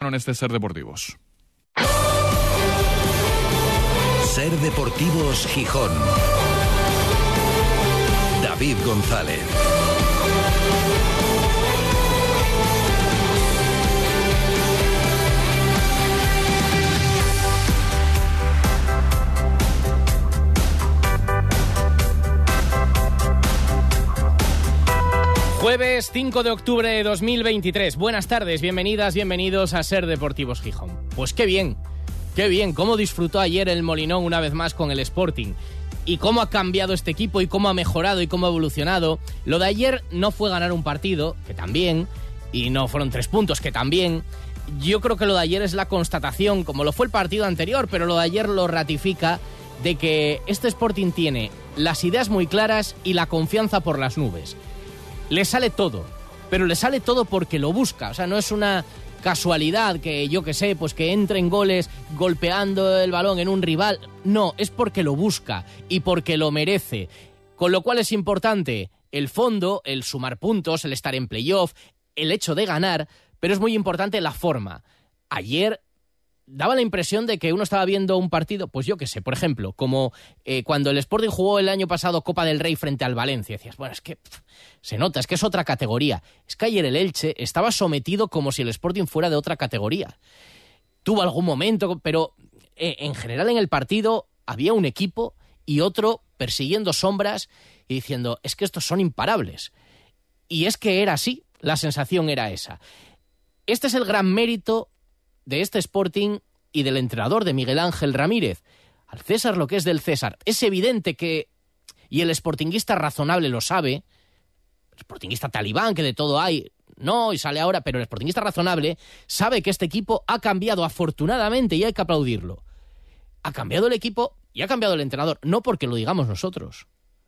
En este Ser Deportivos. Ser Deportivos Gijón. David González. Jueves 5 de octubre de 2023. Buenas tardes, bienvenidas, bienvenidos a Ser Deportivos Gijón. Pues qué bien, cómo disfrutó ayer el Molinón una vez más con el Sporting. Y cómo ha cambiado este equipo y cómo ha mejorado y cómo ha evolucionado. Lo de ayer no fue ganar un partido, que también, y no fueron 3 puntos, que también. Yo creo que lo de ayer es la constatación, como lo fue el partido anterior, pero lo de ayer lo ratifica, de que este Sporting tiene las ideas muy claras y la confianza por las nubes. Le sale todo, pero le sale todo porque lo busca. O sea, no es una casualidad que, yo que sé, pues que entren goles golpeando el balón en un rival. No, es porque lo busca y porque lo merece. Con lo cual es importante el fondo, el sumar puntos, el estar en playoff, el hecho de ganar, pero es muy importante la forma. Ayer daba la impresión de que uno estaba viendo un partido, pues yo qué sé, por ejemplo, como cuando el Sporting jugó el año pasado Copa del Rey frente al Valencia. Decías, bueno, es que se nota, es que es otra categoría. Es que ayer el Elche estaba sometido como si el Sporting fuera de otra categoría. Tuvo algún momento, pero en general en el partido había un equipo y otro persiguiendo sombras y diciendo, es que estos son imparables. Y es que era así, la sensación era esa. Este es el gran mérito de este Sporting y del entrenador, de Miguel Ángel Ramírez. Al César lo que es del César. Es evidente que, y el sportinguista razonable lo sabe, el sportinguista talibán, que de todo hay, no, y sale ahora, pero el sportinguista razonable sabe que este equipo ha cambiado afortunadamente y hay que aplaudirlo. Ha cambiado el equipo y ha cambiado el entrenador, no porque lo digamos nosotros.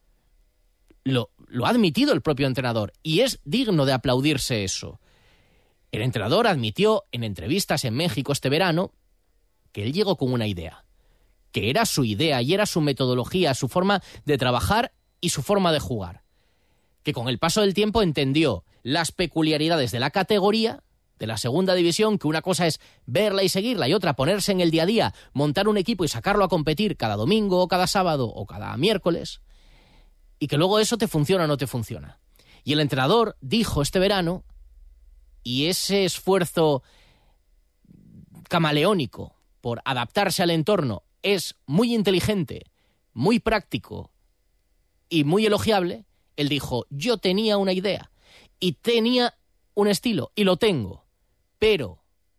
Lo ha admitido el propio entrenador y es digno de aplaudirse eso. El entrenador admitió en entrevistas en México este verano que él llegó con una idea, que era su idea y era su metodología, su forma de trabajar y su forma de jugar. Que con el paso del tiempo entendió las peculiaridades de la categoría, de la segunda división, que una cosa es verla y seguirla y otra ponerse en el día a día, montar un equipo y sacarlo a competir cada domingo o cada sábado o cada miércoles, y que luego eso te funciona o no te funciona. Y el entrenador dijo este verano, y ese esfuerzo camaleónico por adaptarse al entorno es muy inteligente, muy práctico y muy elogiable. Él dijo, yo tenía una idea y tenía un estilo y lo tengo, pero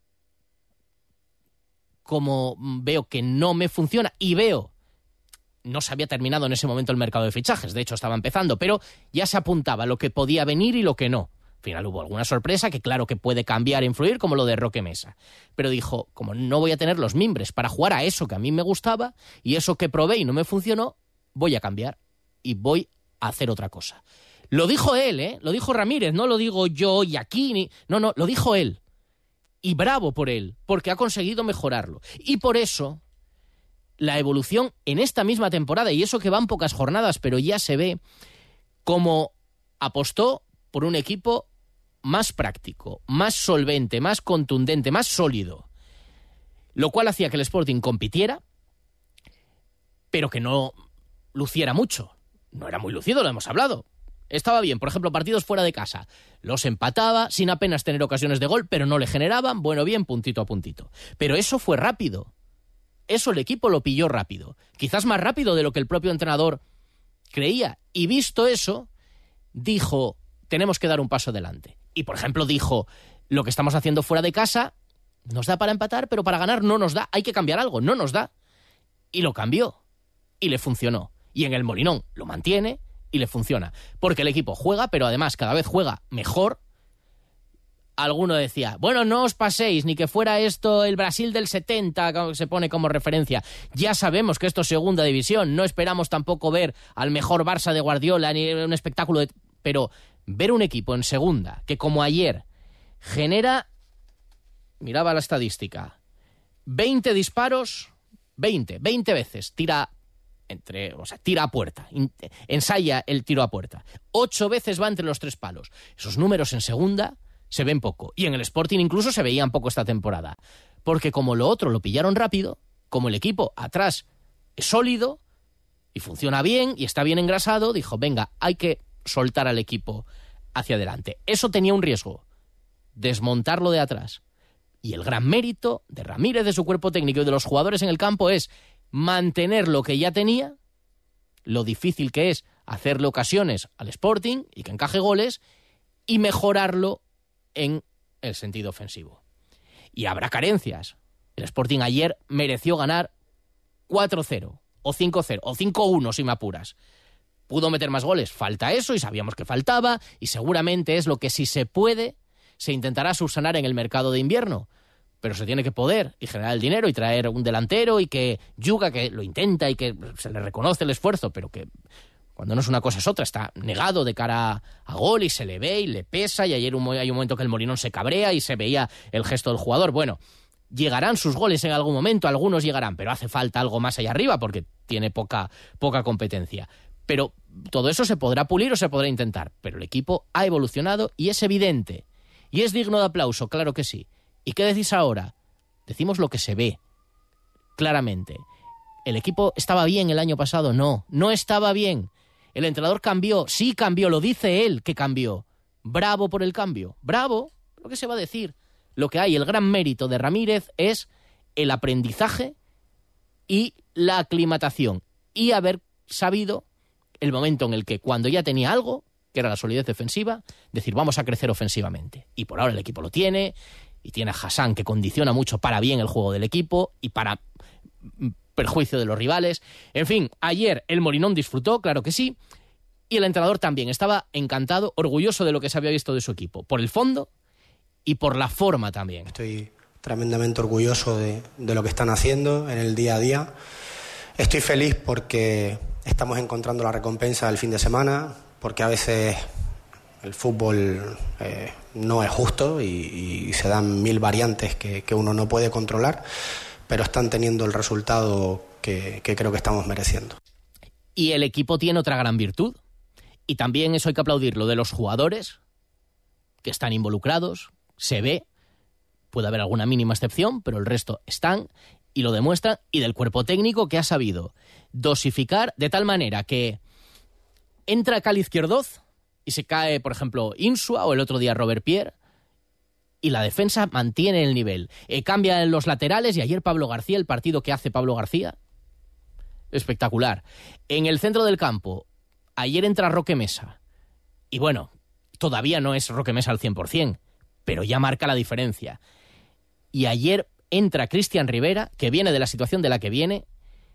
como veo que no me funciona y veo, no se había terminado en ese momento el mercado de fichajes, de hecho estaba empezando, pero ya se apuntaba lo que podía venir y lo que no. Al final hubo alguna sorpresa que claro que puede cambiar e influir, como lo de Roque Mesa. Pero dijo, como no voy a tener los mimbres para jugar a eso que a mí me gustaba y eso que probé y no me funcionó, voy a cambiar y voy a hacer otra cosa. Lo dijo él, lo dijo Ramírez, no lo digo yo y aquí, no, lo dijo él. Y bravo por él, porque ha conseguido mejorarlo. Y por eso, la evolución en esta misma temporada, y eso que van pocas jornadas, pero ya se ve como apostó por un equipo más práctico, más solvente, más contundente, más sólido, lo cual hacía que el Sporting compitiera, pero que no luciera mucho. No era muy lucido, lo hemos hablado. Estaba bien, por ejemplo, partidos fuera de casa. Los empataba sin apenas tener ocasiones de gol, pero no le generaban, bueno, bien, puntito a puntito. Pero eso fue rápido. Eso el equipo lo pilló rápido. Quizás más rápido de lo que el propio entrenador creía. Y visto eso, dijo, tenemos que dar un paso adelante. Y, por ejemplo, dijo, lo que estamos haciendo fuera de casa nos da para empatar, pero para ganar no nos da. Hay que cambiar algo, no nos da. Y lo cambió. Y le funcionó. Y en el Molinón lo mantiene y le funciona. Porque el equipo juega, pero además cada vez juega mejor. Alguno decía, bueno, no os paséis, ni que fuera esto el Brasil del 70, que se pone como referencia. Ya sabemos que esto es segunda división. No esperamos tampoco ver al mejor Barça de Guardiola, ni un espectáculo de... Pero ver un equipo en segunda que como ayer genera, miraba la estadística, 20 disparos, 20 veces tira a puerta, ensaya el tiro a puerta, 8 veces va entre los 3 palos. Esos números en segunda se ven poco. Y en el Sporting incluso se veían poco esta temporada. Porque como lo otro lo pillaron rápido, como el equipo atrás es sólido y funciona bien y está bien engrasado, dijo, venga, hay que soltar al equipo hacia adelante. Eso tenía un riesgo, desmontarlo de atrás. Y el gran mérito de Ramírez, de su cuerpo técnico y de los jugadores en el campo es mantener lo que ya tenía, lo difícil que es hacerle ocasiones al Sporting y que encaje goles, y mejorarlo en el sentido ofensivo. Y habrá carencias. El Sporting ayer mereció ganar 4-0, o 5-0, o 5-1 si me apuras. Pudo meter más goles, falta eso y sabíamos que faltaba, y seguramente es lo que, si se puede, se intentará subsanar en el mercado de invierno. Pero se tiene que poder y generar el dinero y traer un delantero, y que Yuga, que lo intenta y que se le reconoce el esfuerzo, pero que cuando no es una cosa es otra, está negado de cara a gol y se le ve y le pesa, y ayer hay un momento que el Molinón se cabrea y se veía el gesto del jugador. Bueno, llegarán sus goles en algún momento, algunos llegarán, pero hace falta algo más allá arriba porque tiene poca competencia. Pero todo eso se podrá pulir o se podrá intentar, pero el equipo ha evolucionado y es evidente. Y es digno de aplauso, claro que sí. ¿Y qué decís ahora? Decimos lo que se ve, claramente. ¿El equipo estaba bien el año pasado? No, no estaba bien. ¿El entrenador cambió? Sí cambió, lo dice él que cambió. Bravo por el cambio, bravo, lo que se va a decir. Lo que hay, el gran mérito de Ramírez es el aprendizaje y la aclimatación. Y haber sabido el momento en el que, cuando ya tenía algo, que era la solidez defensiva, decir, vamos a crecer ofensivamente. Y por ahora el equipo lo tiene, y tiene a Hassan, que condiciona mucho para bien el juego del equipo y para perjuicio de los rivales. En fin, ayer el Molinón disfrutó, claro que sí, y el entrenador también estaba encantado, orgulloso de lo que se había visto de su equipo, por el fondo y por la forma también. Estoy tremendamente orgulloso de lo que están haciendo en el día a día. Estoy feliz porque estamos encontrando la recompensa del fin de semana, porque a veces el fútbol no es justo y se dan mil variantes que uno no puede controlar, pero están teniendo el resultado que creo que estamos mereciendo. Y el equipo tiene otra gran virtud, y también eso hay que aplaudirlo, de los jugadores que están involucrados, se ve, puede haber alguna mínima excepción, pero el resto están y lo demuestran, y del cuerpo técnico, que ha sabido dosificar de tal manera que entra Cal Izquierdoz y se cae, por ejemplo, Insua, o el otro día Robert Pierre, y la defensa mantiene el nivel. Cambian los laterales, y ayer Pablo García, el partido que hace Pablo García, espectacular. En el centro del campo, ayer entra Roque Mesa, y bueno, todavía no es Roque Mesa al 100%, pero ya marca la diferencia. Y ayer entra Cristian Rivera, que viene de la situación de la que viene,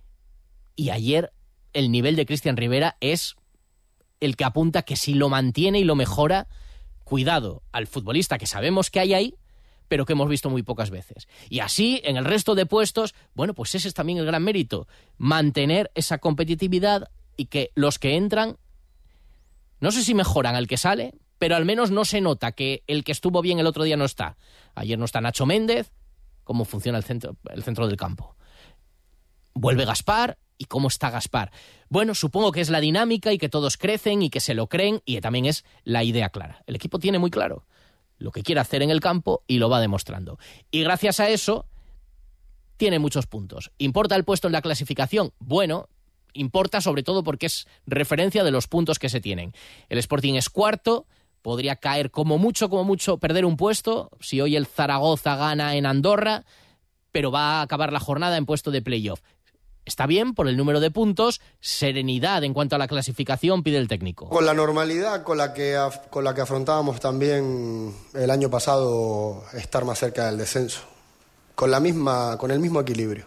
y ayer el nivel de Cristian Rivera es el que apunta que si lo mantiene y lo mejora, cuidado al futbolista que sabemos que hay ahí, pero que hemos visto muy pocas veces. Y así, en el resto de puestos, bueno, pues ese es también el gran mérito, mantener esa competitividad y que los que entran, no sé si mejoran al que sale, pero al menos no se nota que el que estuvo bien el otro día no está. Ayer no está Nacho Méndez, cómo funciona el centro del campo. Vuelve Gaspar, ¿y cómo está Gaspar? Bueno, supongo que es la dinámica y que todos crecen y que se lo creen, y también es la idea clara. El equipo tiene muy claro lo que quiere hacer en el campo y lo va demostrando. Y gracias a eso tiene muchos puntos. ¿Importa el puesto en la clasificación? Bueno, importa sobre todo porque es referencia de los puntos que se tienen. El Sporting es cuarto, podría caer como mucho, perder un puesto si hoy el Zaragoza gana en Andorra, pero va a acabar la jornada en puesto de playoff. Está bien por el número de puntos, serenidad en cuanto a la clasificación pide el técnico. Con la normalidad con la que afrontábamos también el año pasado, estar más cerca del descenso, con el mismo equilibrio.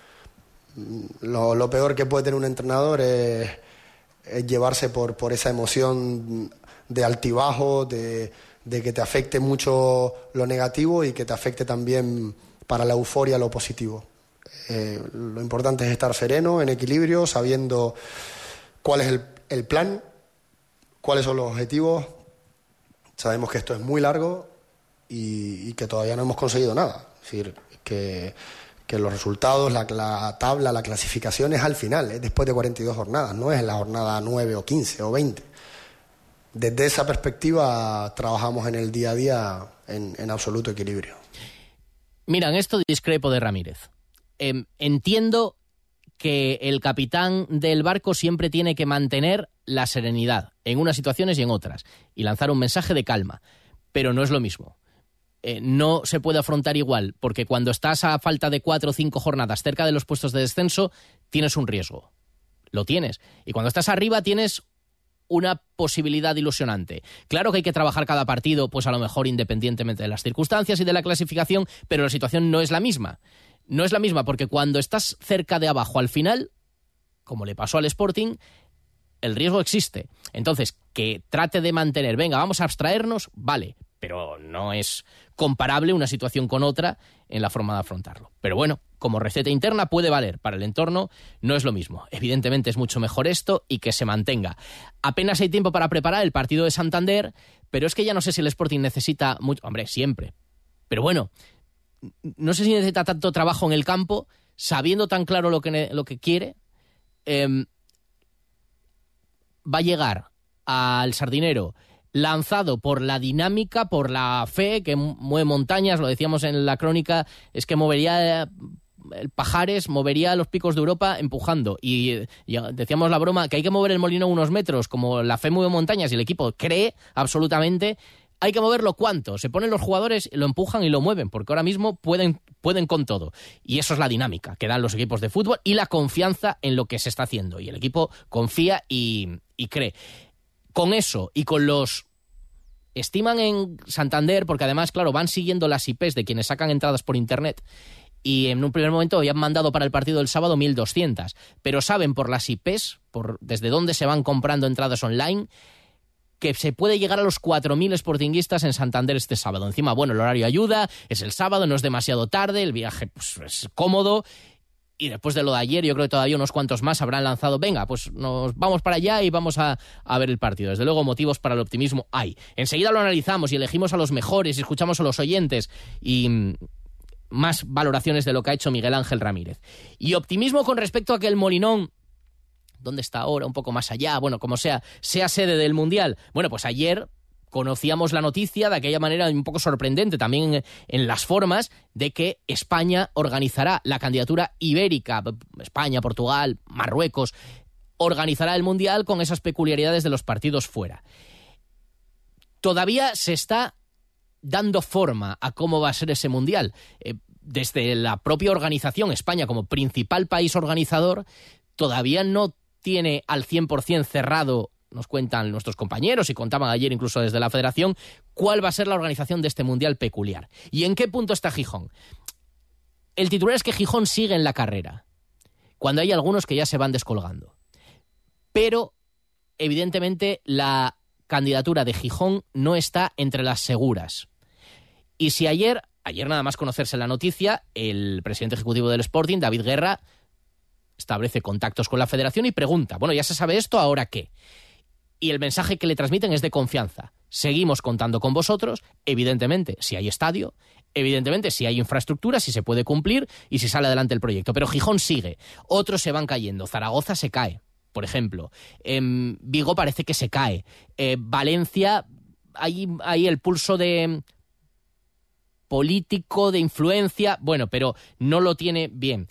Lo peor que puede tener un entrenador es llevarse por esa emoción de altibajo, de que te afecte mucho lo negativo y que te afecte también para la euforia lo positivo. Lo importante es estar sereno, en equilibrio, sabiendo cuál es el plan, cuáles son los objetivos. Sabemos que esto es muy largo y que todavía no hemos conseguido nada. Es decir, que los resultados, la tabla, la clasificación es al final, es después de 42 jornadas, no es en la jornada 9 o 15 o 20. Desde esa perspectiva trabajamos en el día a día en absoluto equilibrio. Mira, en esto discrepo de Ramírez. Entiendo que el capitán del barco siempre tiene que mantener la serenidad en unas situaciones y en otras, y lanzar un mensaje de calma, pero no es lo mismo. No se puede afrontar igual, porque cuando estás a falta de 4 o 5 jornadas cerca de los puestos de descenso, tienes un riesgo. Lo tienes. Y cuando estás arriba tienes una posibilidad ilusionante. Claro que hay que trabajar cada partido, pues a lo mejor independientemente de las circunstancias y de la clasificación, pero la situación no es la misma. No es la misma porque cuando estás cerca de abajo al final, como le pasó al Sporting, el riesgo existe. Entonces, que trate de mantener, venga, vamos a abstraernos, vale, pero no es comparable una situación con otra en la forma de afrontarlo. Pero bueno, como receta interna puede valer, para el entorno no es lo mismo. Evidentemente es mucho mejor esto y que se mantenga. Apenas hay tiempo para preparar el partido de Santander, pero es que ya no sé si el Sporting necesita mucho, hombre, siempre. Pero bueno, no sé si necesita tanto trabajo en el campo, sabiendo tan claro lo que quiere. Va a llegar al Sardinero lanzado por la dinámica, por la fe que mueve montañas, lo decíamos en la crónica, es que movería el Pajares, movería los picos de Europa empujando. Y decíamos la broma que hay que mover el molino unos metros, como la fe mueve montañas y el equipo cree absolutamente. Hay que moverlo ¿cuánto? Se ponen los jugadores, lo empujan y lo mueven, porque ahora mismo pueden con todo. Y eso es la dinámica que dan los equipos de fútbol y la confianza en lo que se está haciendo. Y el equipo confía y cree. Con eso y con los... Estiman en Santander, porque además, claro, van siguiendo las IPs de quienes sacan entradas por internet, y en un primer momento habían mandado para el partido del sábado 1.200, pero saben por las IPs, desde dónde se van comprando entradas online, que se puede llegar a los 4.000 sportinguistas en Santander este sábado. Encima, bueno, el horario ayuda, es el sábado, no es demasiado tarde, el viaje pues, es cómodo. Y después de lo de ayer, yo creo que todavía unos cuantos más habrán lanzado, venga, pues nos vamos para allá y vamos a ver el partido. Desde luego, motivos para el optimismo hay. Enseguida lo analizamos y elegimos a los mejores y escuchamos a los oyentes y más valoraciones de lo que ha hecho Miguel Ángel Ramírez. Y optimismo con respecto a que el Molinón, ¿dónde está ahora? Un poco más allá, bueno, como sea sede del Mundial. Bueno, pues ayer conocíamos la noticia de aquella manera un poco sorprendente también en las formas de que España organizará la candidatura ibérica. España, Portugal, Marruecos organizará el Mundial con esas peculiaridades de los partidos fuera. Todavía se está dando forma a cómo va a ser ese Mundial. Desde la propia organización, España como principal país organizador, todavía no tiene al 100% cerrado, nos cuentan nuestros compañeros y contaban ayer incluso desde la Federación, cuál va a ser la organización de este Mundial peculiar. ¿Y en qué punto está Gijón? El titular es que Gijón sigue en la carrera, cuando hay algunos que ya se van descolgando. Pero, evidentemente, la candidatura de Gijón no está entre las seguras. Y si ayer nada más conocerse la noticia, el presidente ejecutivo del Sporting, David Guerra, establece contactos con la Federación y pregunta, bueno, ya se sabe esto, ¿ahora qué? Y el mensaje que le transmiten es de confianza. Seguimos contando con vosotros, evidentemente, si hay estadio, evidentemente, si hay infraestructura, si se puede cumplir y si sale adelante el proyecto. Pero Gijón sigue. Otros se van cayendo. Zaragoza se cae, por ejemplo. Vigo parece que se cae. Valencia, hay el pulso de político, de influencia, bueno, pero no lo tiene bien.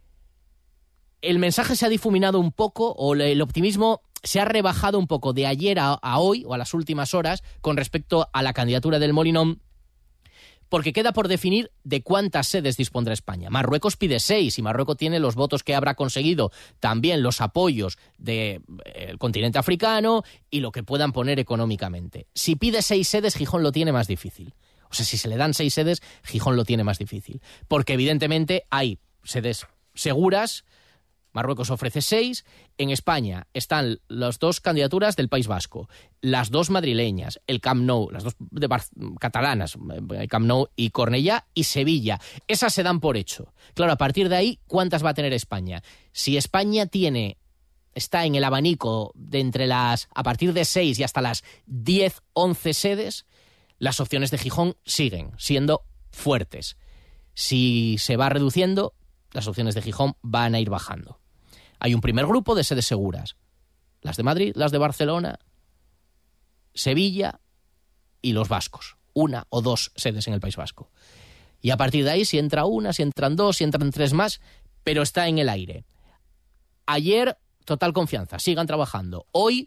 El mensaje se ha difuminado un poco, o el optimismo se ha rebajado un poco de ayer a hoy, o a las últimas horas, con respecto a la candidatura del Molinón, porque queda por definir de cuántas sedes dispondrá España. Marruecos pide 6, y Marruecos tiene los votos que habrá conseguido, también los apoyos del continente africano y lo que puedan poner económicamente. Si pide 6 sedes, Gijón lo tiene más difícil. O sea, si se le dan 6 sedes, Gijón lo tiene más difícil. Porque evidentemente hay sedes seguras. Marruecos ofrece 6. En España están las 2 candidaturas del País Vasco, las 2 madrileñas, el Camp Nou, las 2 catalanas, el Camp Nou y Cornellá, y Sevilla. Esas se dan por hecho. Claro, a partir de ahí, ¿cuántas va a tener España? Si España está en el abanico de a partir de 6 y hasta las 10, 11 sedes, las opciones de Gijón siguen siendo fuertes. Si se va reduciendo, las opciones de Gijón van a ir bajando. Hay un primer grupo de sedes seguras. Las de Madrid, las de Barcelona, Sevilla y los vascos. una o dos sedes en el País Vasco. Y a partir de ahí, si entra una, si entran dos, si entran tres más, pero está en el aire. Ayer, total confianza, sigan trabajando. Hoy,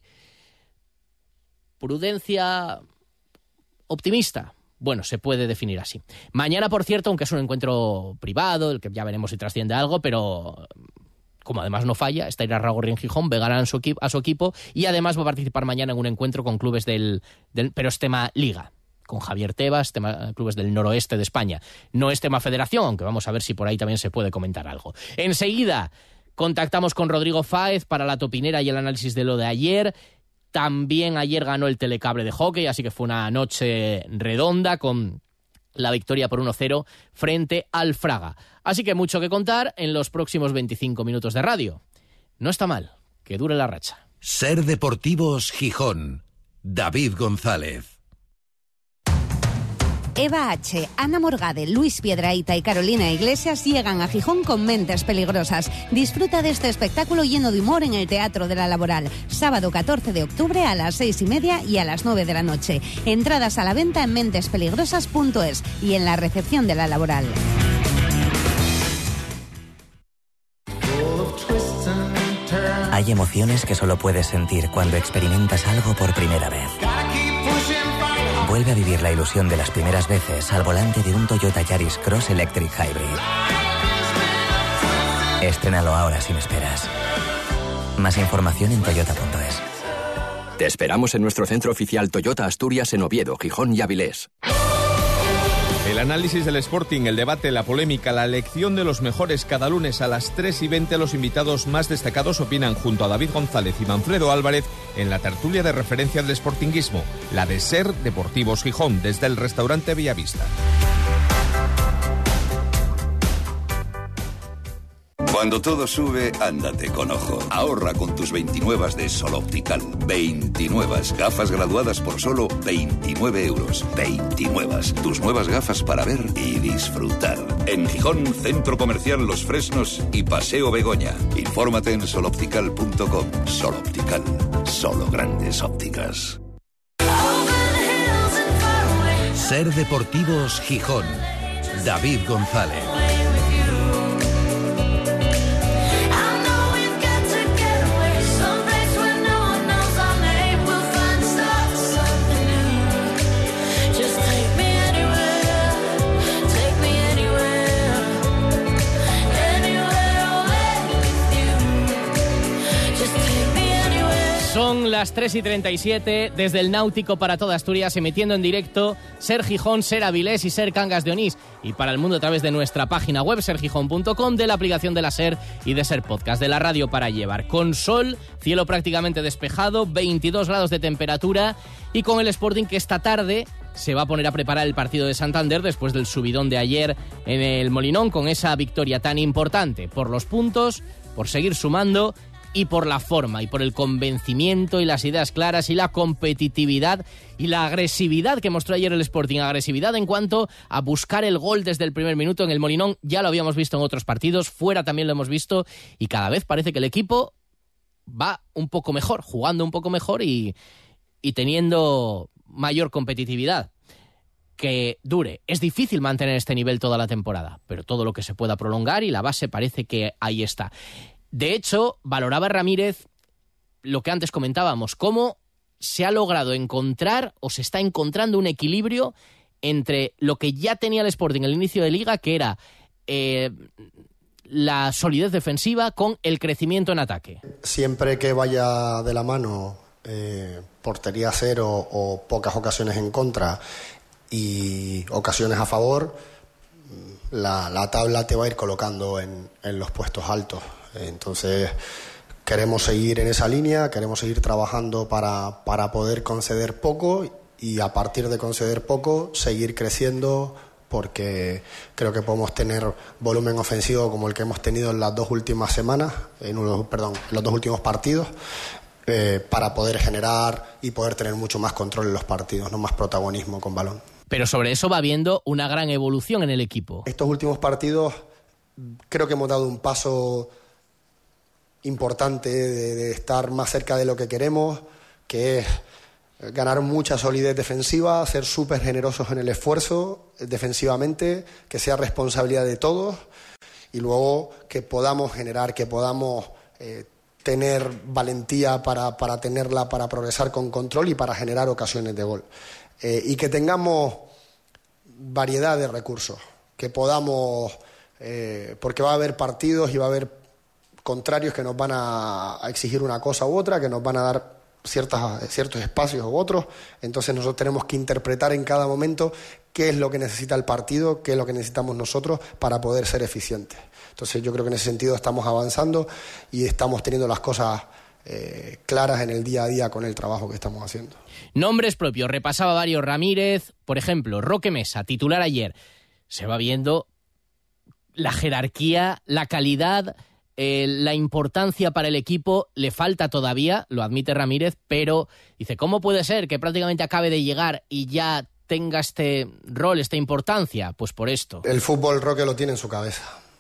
prudencia optimista. Bueno, se puede definir así. Mañana, por cierto, aunque es un encuentro privado, el que ya veremos si trasciende algo, pero como además no falla, está Irarrágorri en Gijón, vegarán a su equipo y además va a participar mañana en un encuentro con clubes pero es tema Liga, con Javier Tebas, clubes del noroeste de España. No es tema federación, aunque vamos a ver si por ahí también se puede comentar algo. Enseguida contactamos con Rodrigo Fáez para la topinera y el análisis de lo de ayer. También ayer ganó el Telecable de hockey, así que fue una noche redonda con la victoria por 1-0 frente al Fraga. Así que mucho que contar en los próximos 25 minutos de radio. No está mal, que dure la racha. Ser Deportivos Gijón. David González. Eva H., Ana Morgade, Luis Piedrahita y Carolina Iglesias llegan a Gijón con Mentes Peligrosas. Disfruta de este espectáculo lleno de humor en el Teatro de la Laboral. Sábado 14 de octubre a las 6:30 y a las 9 de la noche. Entradas a la venta en mentespeligrosas.es y en la recepción de la Laboral. Hay emociones que solo puedes sentir cuando experimentas algo por primera vez. Vuelve a vivir la ilusión de las primeras veces al volante de un Toyota Yaris Cross Electric Hybrid. Estrénalo ahora sin esperas. Más información en toyota.es. Te esperamos en nuestro centro oficial Toyota Asturias en Oviedo, Gijón y Avilés. El análisis del Sporting, el debate, la polémica, la elección de los mejores cada lunes a las 3:20 los invitados más destacados opinan junto a David González y Manfredo Álvarez en la tertulia de referencia del sportinguismo, la de Ser Deportivos Gijón, desde el restaurante Bellavista. Cuando todo sube, ándate con ojo. Ahorra con tus 29 de Sol Optical. 29 gafas graduadas por solo 29 euros. 29. Tus nuevas gafas para ver y disfrutar. En Gijón, Centro Comercial Los Fresnos y Paseo Begoña. Infórmate en soloptical.com. Sol Optical. Solo grandes ópticas. Ser Deportivos Gijón. David González. Son las 3:37 desde el Náutico para toda Asturias, emitiendo en directo Ser Gijón, Ser Avilés y Ser Cangas de Onís. Y para el mundo a través de nuestra página web sergijón.com, de la aplicación de la Ser y de Ser Podcast, de la radio para llevar. Con sol, cielo prácticamente despejado, 22 grados de temperatura y con el Sporting que esta tarde se va a poner a preparar el partido de Santander después del subidón de ayer en el Molinón con esa victoria tan importante por los puntos, por seguir sumando y por la forma y por el convencimiento y las ideas claras y la competitividad y la agresividad que mostró ayer el Sporting. Agresividad en cuanto a buscar el gol desde el primer minuto en el Molinón. Ya lo habíamos visto en otros partidos, fuera también lo hemos visto y cada vez parece que el equipo va un poco mejor, jugando un poco mejor y teniendo mayor competitividad. Que dure. Es difícil mantener este nivel toda la temporada, pero todo lo que se pueda prolongar y la base parece que ahí está. De hecho, valoraba Ramírez lo que antes comentábamos, cómo se ha logrado encontrar o se está encontrando un equilibrio entre lo que ya tenía el Sporting al inicio de Liga, que era la solidez defensiva con el crecimiento en ataque. Siempre que vaya de la mano portería cero o pocas ocasiones en contra y ocasiones a favor, la tabla te va a ir colocando en los puestos altos. Entonces queremos seguir en esa línea, queremos seguir trabajando para poder conceder poco y a partir de conceder poco seguir creciendo, porque creo que podemos tener volumen ofensivo como el que hemos tenido en las dos últimas semanas, en los dos últimos partidos, para poder generar y poder tener mucho más control en los partidos, no más protagonismo con balón. Pero sobre eso va habiendo una gran evolución en el equipo. Estos últimos partidos creo que hemos dado un paso importante de estar más cerca de lo que queremos, que es ganar mucha solidez defensiva, ser súper generosos en el esfuerzo defensivamente, que sea responsabilidad de todos y luego que podamos generar, que podamos tener valentía para tenerla, para progresar con control y para generar ocasiones de gol. Y que tengamos variedad de recursos, que podamos, porque va a haber partidos y va a haber contrarios que nos van a exigir una cosa u otra, que nos van a dar ciertos espacios u otros, entonces nosotros tenemos que interpretar en cada momento qué es lo que necesita el partido, qué es lo que necesitamos nosotros para poder ser eficientes. Entonces yo creo que en ese sentido estamos avanzando y estamos teniendo las cosas claras en el día a día con el trabajo que estamos haciendo. Nombres propios, repasaba varios. Ramírez, por ejemplo, Roque Mesa, titular ayer. Se va viendo la jerarquía, la calidad, la importancia para el equipo. Le falta todavía, lo admite Ramírez, pero dice, ¿cómo puede ser que prácticamente acabe de llegar y ya tenga este rol, esta importancia? Pues por esto. El fútbol Roque lo tiene en su cabeza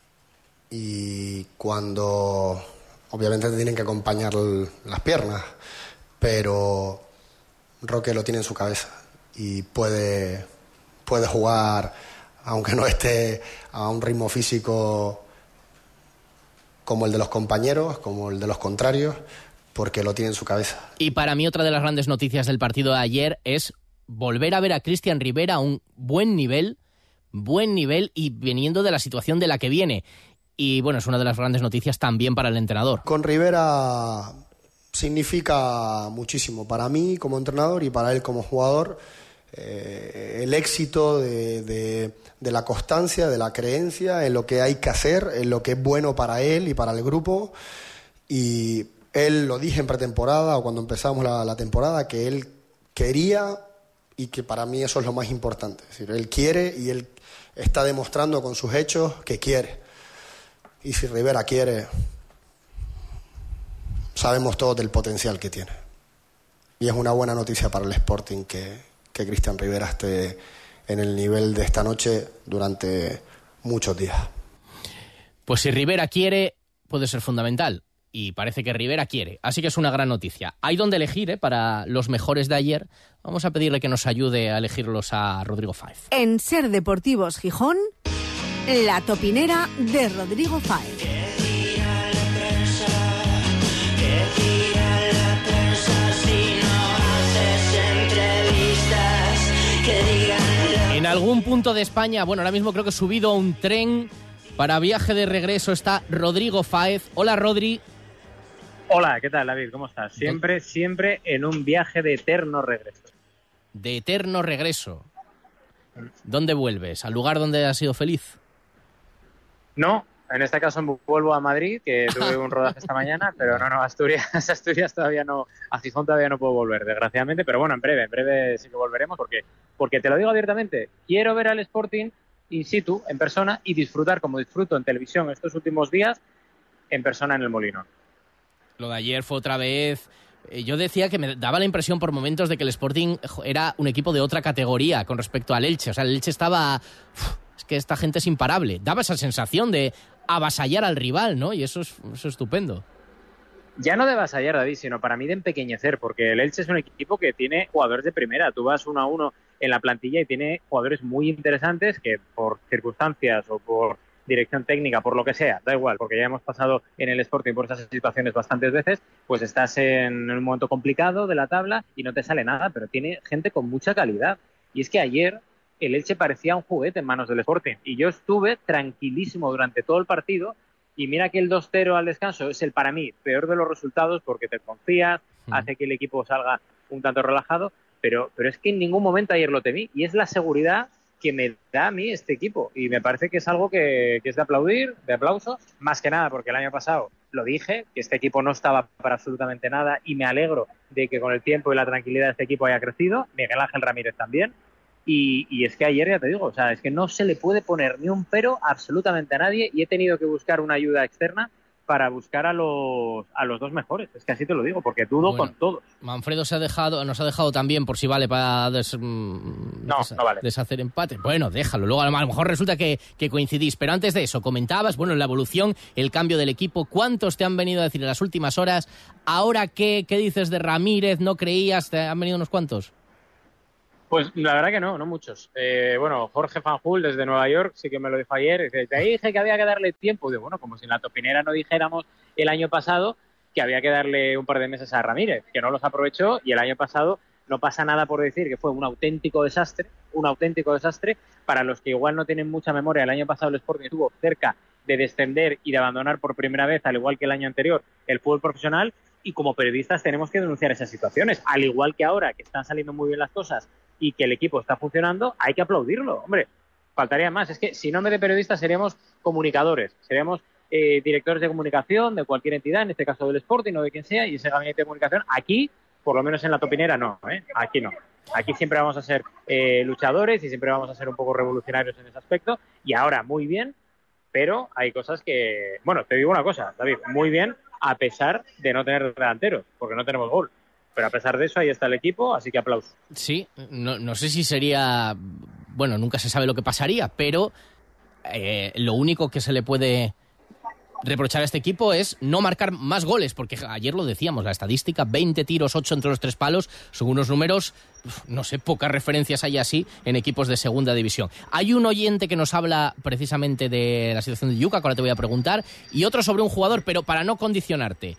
y cuando obviamente te tienen que acompañar las piernas, pero Roque lo tiene en su cabeza y puede jugar aunque no esté a un ritmo físico como el de los compañeros, como el de los contrarios, porque lo tiene en su cabeza. Y para mí otra de las grandes noticias del partido de ayer es volver a ver a Cristian Rivera a un buen nivel y viniendo de la situación de la que viene. Y bueno, es una de las grandes noticias también para el entrenador. Con Rivera significa muchísimo para mí como entrenador y para él como jugador. El éxito de la constancia, de la creencia en lo que hay que hacer, en lo que es bueno para él y para el grupo. Y él lo dije en pretemporada o cuando empezamos la temporada, que él quería y que para mí eso es lo más importante. Es decir, él quiere y él está demostrando con sus hechos que quiere. Y si Rivera quiere, sabemos todos del potencial que tiene. Y es una buena noticia para el Sporting que Cristian Rivera esté en el nivel de esta noche durante muchos días. Pues si Rivera quiere, puede ser fundamental. Y parece que Rivera quiere. Así que es una gran noticia. Hay donde elegir para los mejores de ayer. Vamos a pedirle que nos ayude a elegirlos a Rodrigo Fáez. En Ser Deportivos Gijón, la topinera de Rodrigo Fáez. En algún punto de España, bueno, ahora mismo creo que he subido a un tren para viaje de regreso está Rodrigo Fáez. Hola, Rodri. Hola, ¿qué tal, David? ¿Cómo estás? Siempre en un viaje de eterno regreso. De eterno regreso. ¿Dónde vuelves? ¿Al lugar donde has sido feliz? No, en este caso vuelvo a Madrid, que tuve un rodaje esta mañana, pero no, Asturias todavía no, a Gijón todavía no puedo volver, desgraciadamente, pero bueno, en breve sí que volveremos, porque te lo digo abiertamente, quiero ver al Sporting in situ, en persona, y disfrutar como disfruto en televisión estos últimos días, en persona en el Molinón. Lo de ayer fue otra vez. Yo decía que me daba la impresión por momentos de que el Sporting era un equipo de otra categoría con respecto al Elche. O sea, el Elche estaba... es que esta gente es imparable. Daba esa sensación de avasallar al rival, ¿no? Y eso es estupendo. Ya no de avasallar, David, sino para mí de empequeñecer, porque el Elche es un equipo que tiene jugadores de primera. Tú vas 1-1 en la plantilla y tiene jugadores muy interesantes que por circunstancias o por dirección técnica, por lo que sea, da igual, porque ya hemos pasado en el Sporting por esas situaciones bastantes veces, pues estás en un momento complicado de la tabla y no te sale nada, pero tiene gente con mucha calidad. Y es que ayer el Elche parecía un juguete en manos del Sporting y yo estuve tranquilísimo durante todo el partido y mira que el 2-0 al descanso es para mí peor de los resultados porque te confías, hace que el equipo salga un tanto relajado, pero es que en ningún momento ayer lo temí y es la seguridad que me da a mí este equipo y me parece que es algo que es de aplaudir, de aplauso, más que nada porque el año pasado lo dije, que este equipo no estaba para absolutamente nada y me alegro de que con el tiempo y la tranquilidad este equipo haya crecido, Miguel Ángel Ramírez también y es que ayer ya te digo, o sea, es que no se le puede poner ni un pero absolutamente a nadie y he tenido que buscar una ayuda externa para buscar a los dos mejores. Es que así te lo digo, porque dudo con todos. Manfredo nos ha dejado también, por si vale para no vale. deshacer empate. Bueno, déjalo. Luego a lo mejor resulta que coincidís. Pero antes de eso, comentabas, bueno, la evolución, el cambio del equipo. ¿Cuántos te han venido a decir en las últimas horas? ¿Ahora qué dices de Ramírez? ¿No creías? ¿Te han venido unos cuantos? Pues la verdad que no muchos. Bueno, Jorge Fanjul desde Nueva York sí que me lo dijo ayer. Dice, te dije que había que darle tiempo. Digo, bueno, como si en la topinera no dijéramos el año pasado que había que darle un par de meses a Ramírez, que no los aprovechó, y el año pasado no pasa nada por decir que fue un auténtico desastre para los que igual no tienen mucha memoria. El año pasado el Sporting estuvo cerca de descender y de abandonar por primera vez, al igual que el año anterior, el fútbol profesional, y como periodistas tenemos que denunciar esas situaciones. Al igual que ahora, que están saliendo muy bien las cosas y que el equipo está funcionando, hay que aplaudirlo. Hombre, faltaría más. Es que si no, en vez de periodistas seríamos comunicadores, seríamos directores de comunicación de cualquier entidad, en este caso del Sporting o de quien sea, y ese gabinete de comunicación, aquí, por lo menos en la topinera, no, aquí no. Aquí siempre vamos a ser luchadores y siempre vamos a ser un poco revolucionarios en ese aspecto, y ahora muy bien, pero hay cosas que... Bueno, te digo una cosa, David, muy bien, a pesar de no tener delanteros, porque no tenemos gol. Pero a pesar de eso, ahí está el equipo, así que aplauso. Sí, no sé si sería... Bueno, nunca se sabe lo que pasaría, pero lo único que se le puede reprochar a este equipo es no marcar más goles, porque ayer lo decíamos, la estadística, 20 tiros, 8 entre los 3 palos, son unos números, no sé, pocas referencias hay así en equipos de segunda división. Hay un oyente que nos habla precisamente de la situación de Yuka, que ahora te voy a preguntar, y otro sobre un jugador, pero para no condicionarte.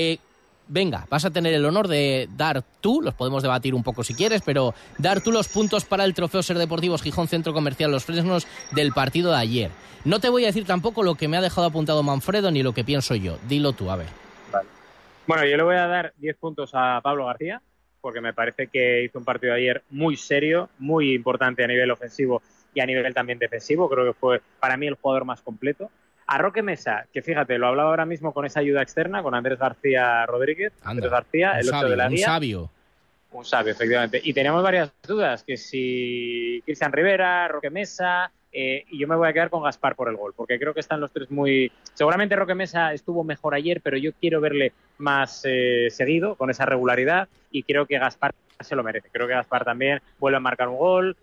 Venga, vas a tener el honor de dar tú, los podemos debatir un poco si quieres, pero dar tú los puntos para el trofeo Ser Deportivos Gijón Centro Comercial Los Fresnos del partido de ayer. No te voy a decir tampoco lo que me ha dejado apuntado Manfredo ni lo que pienso yo. Dilo tú, a ver. Vale. Bueno, yo le voy a dar 10 puntos a Pablo García, porque me parece que hizo un partido de ayer muy serio, muy importante a nivel ofensivo y a nivel también defensivo. Creo que fue para mí el jugador más completo. A Roque Mesa, que fíjate, lo hablaba ahora mismo con esa ayuda externa, con Andrés García Rodríguez. Andrés García, el 8 de la guía. Un sabio, efectivamente. Y teníamos varias dudas, que si Cristian Rivera, Roque Mesa, y yo me voy a quedar con Gaspar por el gol, porque creo que están los tres muy... Seguramente Roque Mesa estuvo mejor ayer, pero yo quiero verle más seguido, con esa regularidad, y creo que Gaspar se lo merece. Creo que Gaspar también vuelve a marcar un gol,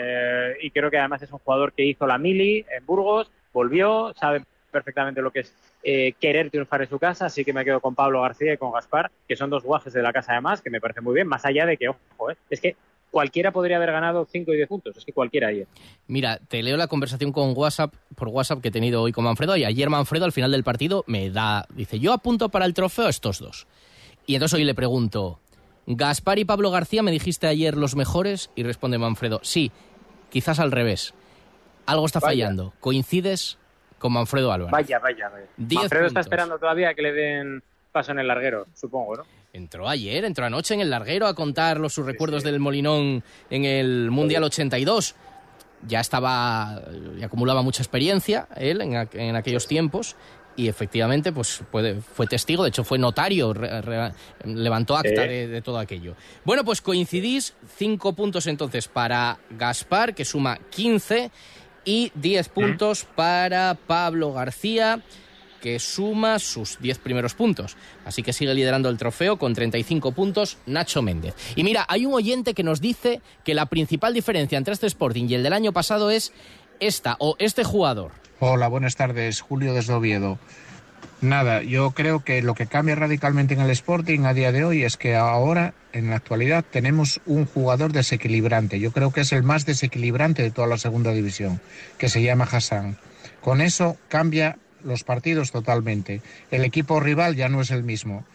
y creo que además es un jugador que hizo la mili en Burgos, volvió, sabe perfectamente lo que es querer triunfar en su casa, así que me quedo con Pablo García y con Gaspar, que son dos guajes de la casa además, que me parece muy bien, más allá de que, ojo, es que cualquiera podría haber ganado 5 y 10 puntos, es que cualquiera ayer. Mira, te leo la conversación por WhatsApp que he tenido hoy con Manfredo, y ayer Manfredo al final del partido dice, yo apunto para el trofeo a estos dos. Y entonces hoy le pregunto, ¿Gaspar y Pablo García me dijiste ayer los mejores? Y responde Manfredo, sí, quizás al revés. Algo está fallando. ¿Coincides con Manfredo Álvarez? Vaya. Manfredo puntos. Está esperando todavía que le den paso en el larguero, supongo, ¿no? Entró anoche en el larguero a contar sus recuerdos del Molinón en el Mundial 82. Ya acumulaba mucha experiencia él en aquellos tiempos, y efectivamente pues fue testigo, de hecho fue notario, levantó acta de todo aquello. Bueno, pues coincidís, 5 puntos entonces para Gaspar, que suma 15, y 10 puntos para Pablo García, que suma sus 10 primeros puntos. Así que sigue liderando el trofeo con 35 puntos Nacho Méndez. Y mira, hay un oyente que nos dice que la principal diferencia entre este Sporting y el del año pasado es este jugador. Hola, buenas tardes, Julio desde Oviedo. Nada, yo creo que lo que cambia radicalmente en el Sporting a día de hoy es que ahora, en la actualidad, tenemos un jugador desequilibrante. Yo creo que es el más desequilibrante de toda la segunda división, que se llama Hassan. Con eso cambia los partidos totalmente. El equipo rival ya no es el mismo.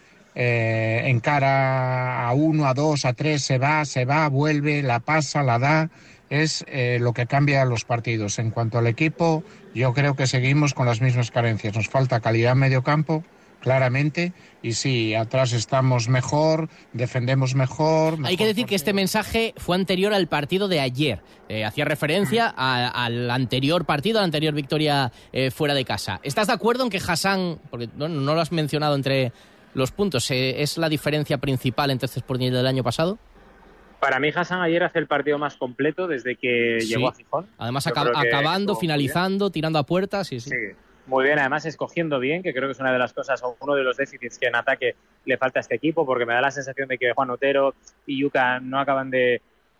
Encara a 1, a 2, a 3, se va, vuelve, la pasa, la da. Es lo que cambia los partidos. En cuanto al equipo, yo creo que seguimos con las mismas carencias. Nos falta calidad en medio campo, claramente, y sí, atrás estamos mejor, defendemos mejor. Hay que decir que este mensaje fue anterior al partido de ayer. Hacía referencia al anterior partido, a la anterior victoria fuera de casa. ¿Estás de acuerdo en que Hassan, porque no lo has mencionado entre los puntos, es la diferencia principal entre este Sporting y el del año pasado? Para mí Hassan ayer hace el partido más completo desde que llegó a Gijón. Además acabando, finalizando, tirando a puertas. Sí. muy bien, además escogiendo bien, que creo que es una de las cosas o uno de los déficits que en ataque le falta a este equipo, porque me da la sensación de que Juan Otero y Yuka no acaban de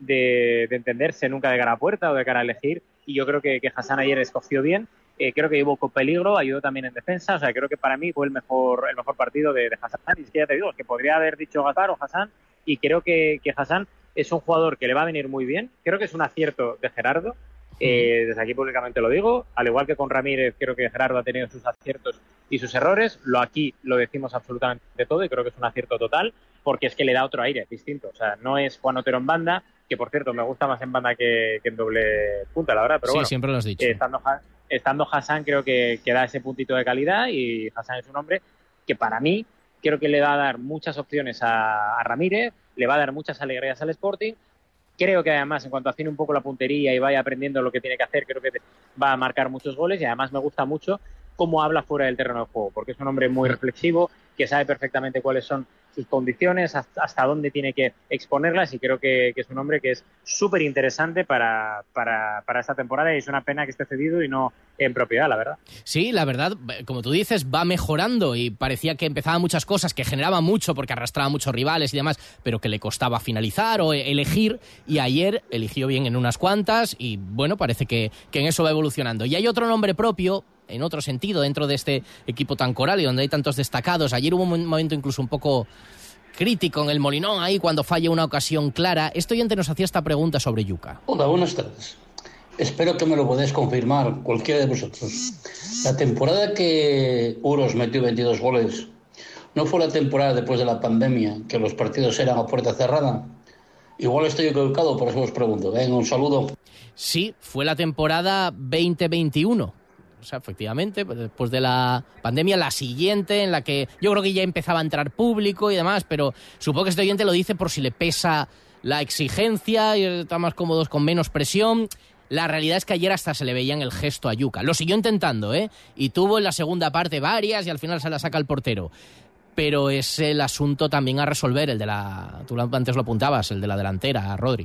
entenderse nunca de cara a puerta o de cara a elegir, y yo creo que Hassan ayer escogió bien. Creo que llevó con peligro, ayudó también en defensa, o sea, creo que para mí fue el mejor partido de Hassan, y es que ya te digo, es que podría haber dicho Gaspar o Hassan, y creo que Hassan es un jugador que le va a venir muy bien, creo que es un acierto de Gerardo, desde aquí públicamente lo digo, al igual que con Ramírez, creo que Gerardo ha tenido sus aciertos y sus errores, aquí lo decimos absolutamente todo y creo que es un acierto total, porque es que le da otro aire distinto, o sea, no es Juan Otero en banda, que por cierto me gusta más en banda que en doble punta, la verdad, pero bueno, siempre lo has dicho. Estando Hassan creo que da ese puntito de calidad, y Hassan es un hombre que para mí creo que le va a dar muchas opciones a Ramírez, le va a dar muchas alegrías al Sporting. Creo que además, en cuanto afine un poco la puntería y vaya aprendiendo lo que tiene que hacer, creo que va a marcar muchos goles, y además me gusta mucho cómo habla fuera del terreno de juego, porque es un hombre muy reflexivo, que sabe perfectamente cuáles son sus condiciones, hasta dónde tiene que exponerlas, y creo que es un hombre que es súper interesante para esta temporada, y es una pena que esté cedido y no en propiedad, la verdad. Sí, la verdad, como tú dices, va mejorando, y parecía que empezaba muchas cosas, que generaba mucho porque arrastraba muchos rivales y demás, pero que le costaba finalizar o elegir, y ayer eligió bien en unas cuantas, y bueno, parece que en eso va evolucionando. Y hay otro nombre propio, en otro sentido, dentro de este equipo tan coral y donde hay tantos destacados. Ayer hubo un momento incluso un poco crítico en el Molinón, ahí cuando falla una ocasión clara. Este oyente nos hacía esta pregunta sobre Yuka. Hola, buenas tardes. Espero que me lo podáis confirmar, cualquiera de vosotros. La temporada que Uros metió 22 goles, ¿no fue la temporada después de la pandemia, que los partidos eran a puerta cerrada? Igual estoy equivocado, por eso os pregunto. Venga, un saludo. Sí, fue la temporada 2021. O sea, efectivamente, después de la pandemia, la siguiente, en la que yo creo que ya empezaba a entrar público y demás, pero supongo que este oyente lo dice por si le pesa la exigencia y está más cómodos con menos presión. La realidad es que ayer hasta se le veía en el gesto a Yuka. Lo siguió intentando, y tuvo en la segunda parte varias y al final se la saca el portero. Pero es el asunto también a resolver, tú antes lo apuntabas, el de la delantera, Rodri.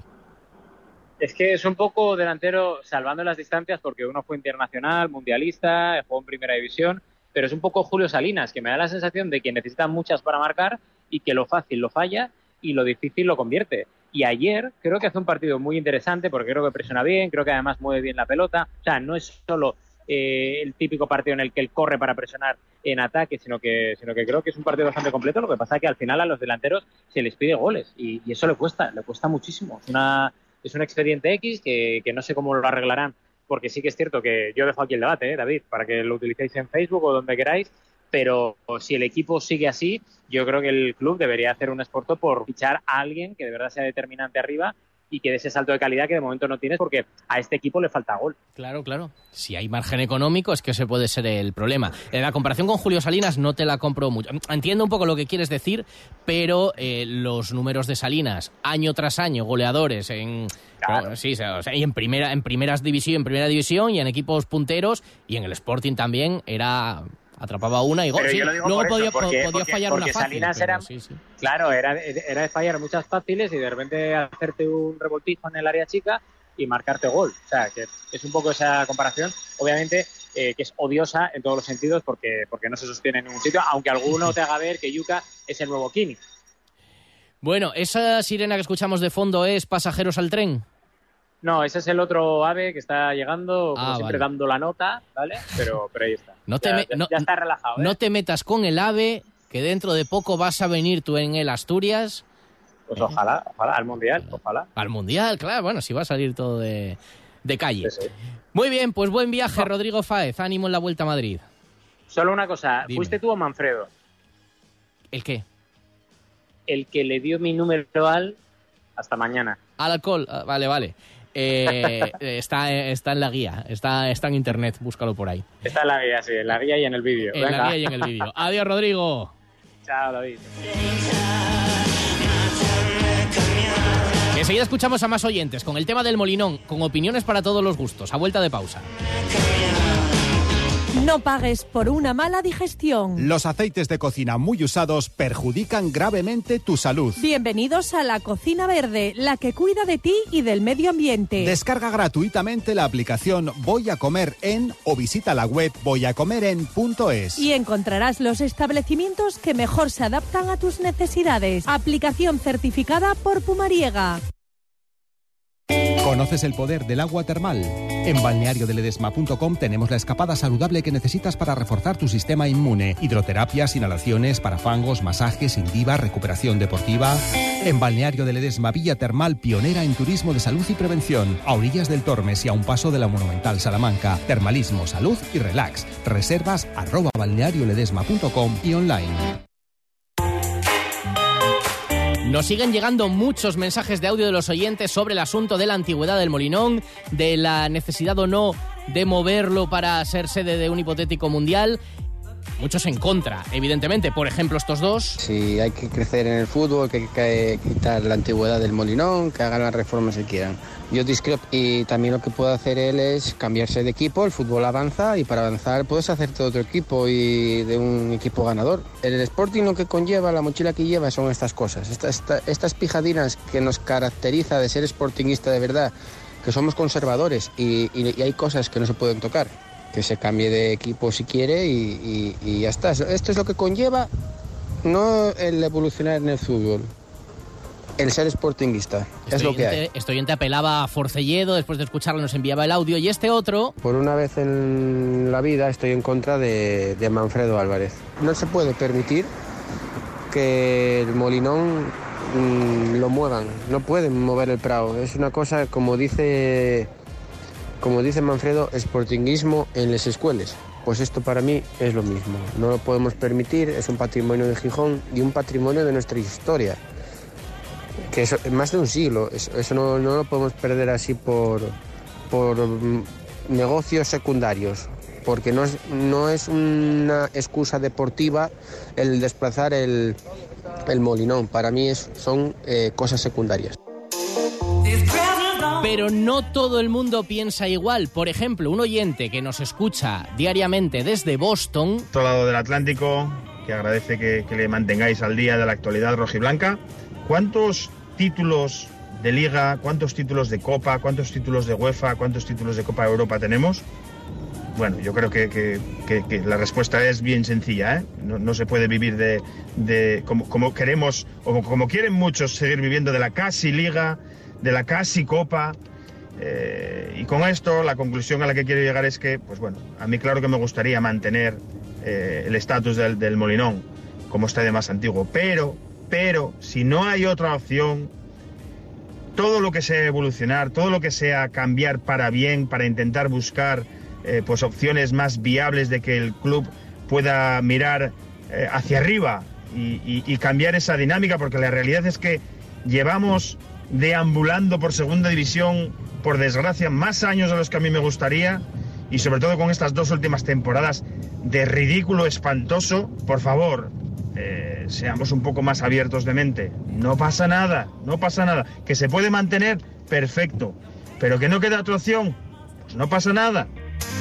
Es que es un poco delantero salvando las distancias, porque uno fue internacional, mundialista, jugó en primera división, pero es un poco Julio Salinas, que me da la sensación de que necesita muchas para marcar y que lo fácil lo falla y lo difícil lo convierte. Y ayer creo que hace un partido muy interesante, porque creo que presiona bien, creo que además mueve bien la pelota. O sea, no es solo el típico partido en el que él corre para presionar en ataque, sino que creo que es un partido bastante completo. Lo que pasa es que al final a los delanteros se les pide goles y eso le cuesta muchísimo. Es un expediente X que no sé cómo lo arreglarán, porque sí que es cierto que yo dejo aquí el debate, David, para que lo utilicéis en Facebook o donde queráis, pero si el equipo sigue así, yo creo que el club debería hacer un esfuerzo por fichar a alguien que de verdad sea determinante arriba y que dé ese salto de calidad que de momento no tienes, porque a este equipo le falta gol. Claro. Si hay margen económico es que ese puede ser el problema. La comparación con Julio Salinas no te la compro mucho. Entiendo un poco lo que quieres decir, pero los números de Salinas, año tras año, goleadores Claro. Sí, o sea, y en primera división y en equipos punteros, y en el Sporting también atrapaba una y gol. Sí, luego podía fallar una fácil. Salinas era, sí. Claro, era de fallar muchas fáciles y de repente hacerte un revoltijo en el área chica y marcarte gol. O sea, que es un poco esa comparación. Obviamente que es odiosa en todos los sentidos porque no se sostiene en ningún sitio, aunque alguno te haga ver que Yuka es el nuevo Kini. Bueno, ¿esa sirena que escuchamos de fondo es Pasajeros al tren? No, ese es el otro AVE que está llegando, como siempre, dando la nota, ¿vale? Pero ahí está. Ya está relajado, No te metas con el AVE, que dentro de poco vas a venir tú en el Asturias. Pues ojalá, al Mundial, ojalá. Al Mundial, claro, bueno, si va a salir todo de calle. Sí. Muy bien, pues buen viaje, Rodrigo Fáez, ánimo en la Vuelta a Madrid. Solo una cosa, Dime. ¿fuiste tú o Manfredo? ¿El qué? El que le dio mi número hasta mañana. Al alcohol, vale. Está en la guía, está en internet, búscalo por ahí. Está en la guía, sí, en la guía y en el vídeo. En la guía y en el vídeo. Adiós, Rodrigo. Chao, David. Enseguida escuchamos a más oyentes con el tema del Molinón, con opiniones para todos los gustos, a vuelta de pausa. No pagues por una mala digestión. Los aceites de cocina muy usados perjudican gravemente tu salud. Bienvenidos a la Cocina Verde, la que cuida de ti y del medio ambiente. Descarga gratuitamente la aplicación Voy a Comer En o visita la web voyacomeren.es. Y encontrarás los establecimientos que mejor se adaptan a tus necesidades. Aplicación certificada por Pumariega. ¿Conoces el poder del agua termal? En balneariodeledesma.com tenemos la escapada saludable que necesitas para reforzar tu sistema inmune. Hidroterapias, inhalaciones, parafangos, masajes, Indiva, recuperación deportiva. En Balneario de Ledesma, villa termal pionera en turismo de salud y prevención. A orillas del Tormes y a un paso de la Monumental Salamanca. Termalismo, salud y relax. Reservas @balnearioledesma.com y online. Nos siguen llegando muchos mensajes de audio de los oyentes sobre el asunto de la antigüedad del Molinón, de la necesidad o no de moverlo para ser sede de un hipotético mundial. Muchos en contra, evidentemente. Por ejemplo, estos dos. Si hay que crecer en el fútbol, que hay que quitar la antigüedad del Molinón, que hagan las reformas que quieran. Yo discrepo. Y también lo que puede hacer él es cambiarse de equipo. El fútbol avanza y para avanzar puedes hacerte otro equipo y de un equipo ganador. El Sporting lo que conlleva, la mochila que lleva son estas cosas. Estas pijadinas que nos caracteriza de ser sportinguista de verdad, que somos conservadores y hay cosas que no se pueden tocar. Que se cambie de equipo si quiere y ya está. Esto es lo que conlleva, no el evolucionar en el fútbol, el ser sportinguista. Es lo que hay. Este oyente apelaba a Forcelledo, después de escucharlo nos enviaba el audio, y este otro... Por una vez en la vida estoy en contra de Manfredo Álvarez. No se puede permitir que el Molinón lo muevan. No pueden mover el Prado. Es una cosa, como dice Manfredo, sportinguismo en las escuelas. Pues esto para mí es lo mismo. No lo podemos permitir, es un patrimonio de Gijón y un patrimonio de nuestra historia. Que es más de un siglo. Eso no lo podemos perder así por negocios secundarios. Porque no es una excusa deportiva el desplazar el Molinón. Para mí son cosas secundarias. Pero no todo el mundo piensa igual. Por ejemplo, un oyente que nos escucha diariamente desde Boston... Otro lado del Atlántico, que agradece que le mantengáis al día de la actualidad rojiblanca. ¿Cuántos títulos de Liga, cuántos títulos de Copa, cuántos títulos de UEFA, cuántos títulos de Copa de Europa tenemos? Bueno, yo creo que la respuesta es bien sencilla, ¿eh? No se puede vivir de como queremos, o como quieren muchos, seguir viviendo de la casi Liga, de la casi Copa, y con esto la conclusión a la que quiero llegar es que, pues bueno, a mí claro que me gustaría mantener el estatus del Molinón como estadio más antiguo, pero si no hay otra opción, todo lo que sea evolucionar, todo lo que sea cambiar para bien, para intentar buscar pues opciones más viables de que el club pueda mirar hacia arriba y cambiar esa dinámica, porque la realidad es que llevamos deambulando por segunda división, por desgracia, más años de los que a mí me gustaría, y sobre todo con estas dos últimas temporadas de ridículo espantoso. Por favor, seamos un poco más abiertos de mente. No pasa nada. Que se puede mantener, perfecto, pero que no queda otra opción, pues no pasa nada.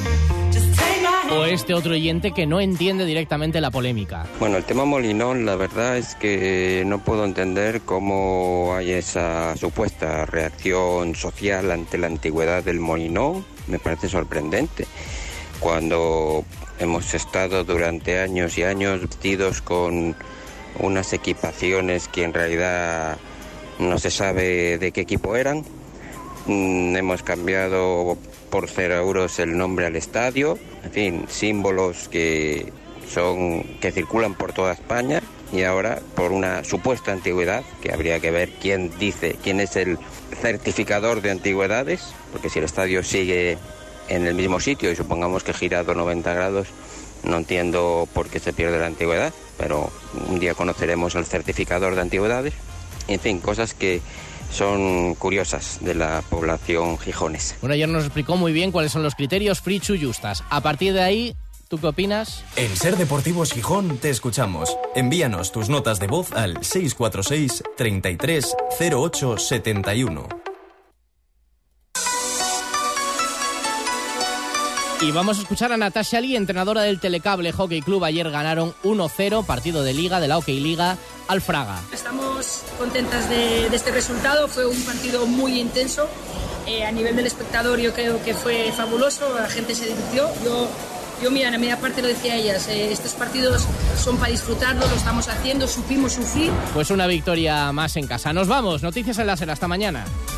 O este otro oyente que no entiende directamente la polémica. Bueno, el tema Molinón, la verdad es que no puedo entender cómo hay esa supuesta reacción social ante la antigüedad del Molinón. Me parece sorprendente. Cuando hemos estado durante años y años vestidos con unas equipaciones que en realidad no se sabe de qué equipo eran. Hemos cambiado por 0 euros el nombre al estadio, en fin, símbolos que circulan por toda España, y ahora por una supuesta antigüedad, que habría que ver quién es el certificador de antigüedades, porque si el estadio sigue en el mismo sitio y supongamos que gira 90 grados, no entiendo por qué se pierde la antigüedad, pero un día conoceremos al certificador de antigüedades. En fin, cosas que son curiosas de la población gijonesa. Bueno, ayer nos explicó muy bien cuáles son los criterios Frichu Justas. A partir de ahí, ¿tú qué opinas? En Ser Deportivos Gijón te escuchamos. Envíanos tus notas de voz al 646 33 08 71. Y vamos a escuchar a Natasha Lee, entrenadora del Telecable Hockey Club. Ayer ganaron 1-0, partido de Liga, de la Hockey Liga, al Fraga. Estamos contentas de este resultado, fue un partido muy intenso. A nivel del espectador yo creo que fue fabuloso, la gente se divirtió. Yo mira, en la media parte lo decía a ellas, estos partidos son para disfrutarlo, lo estamos haciendo, supimos sufrir. Pues una victoria más en casa. Nos vamos, noticias en la SER, hasta mañana.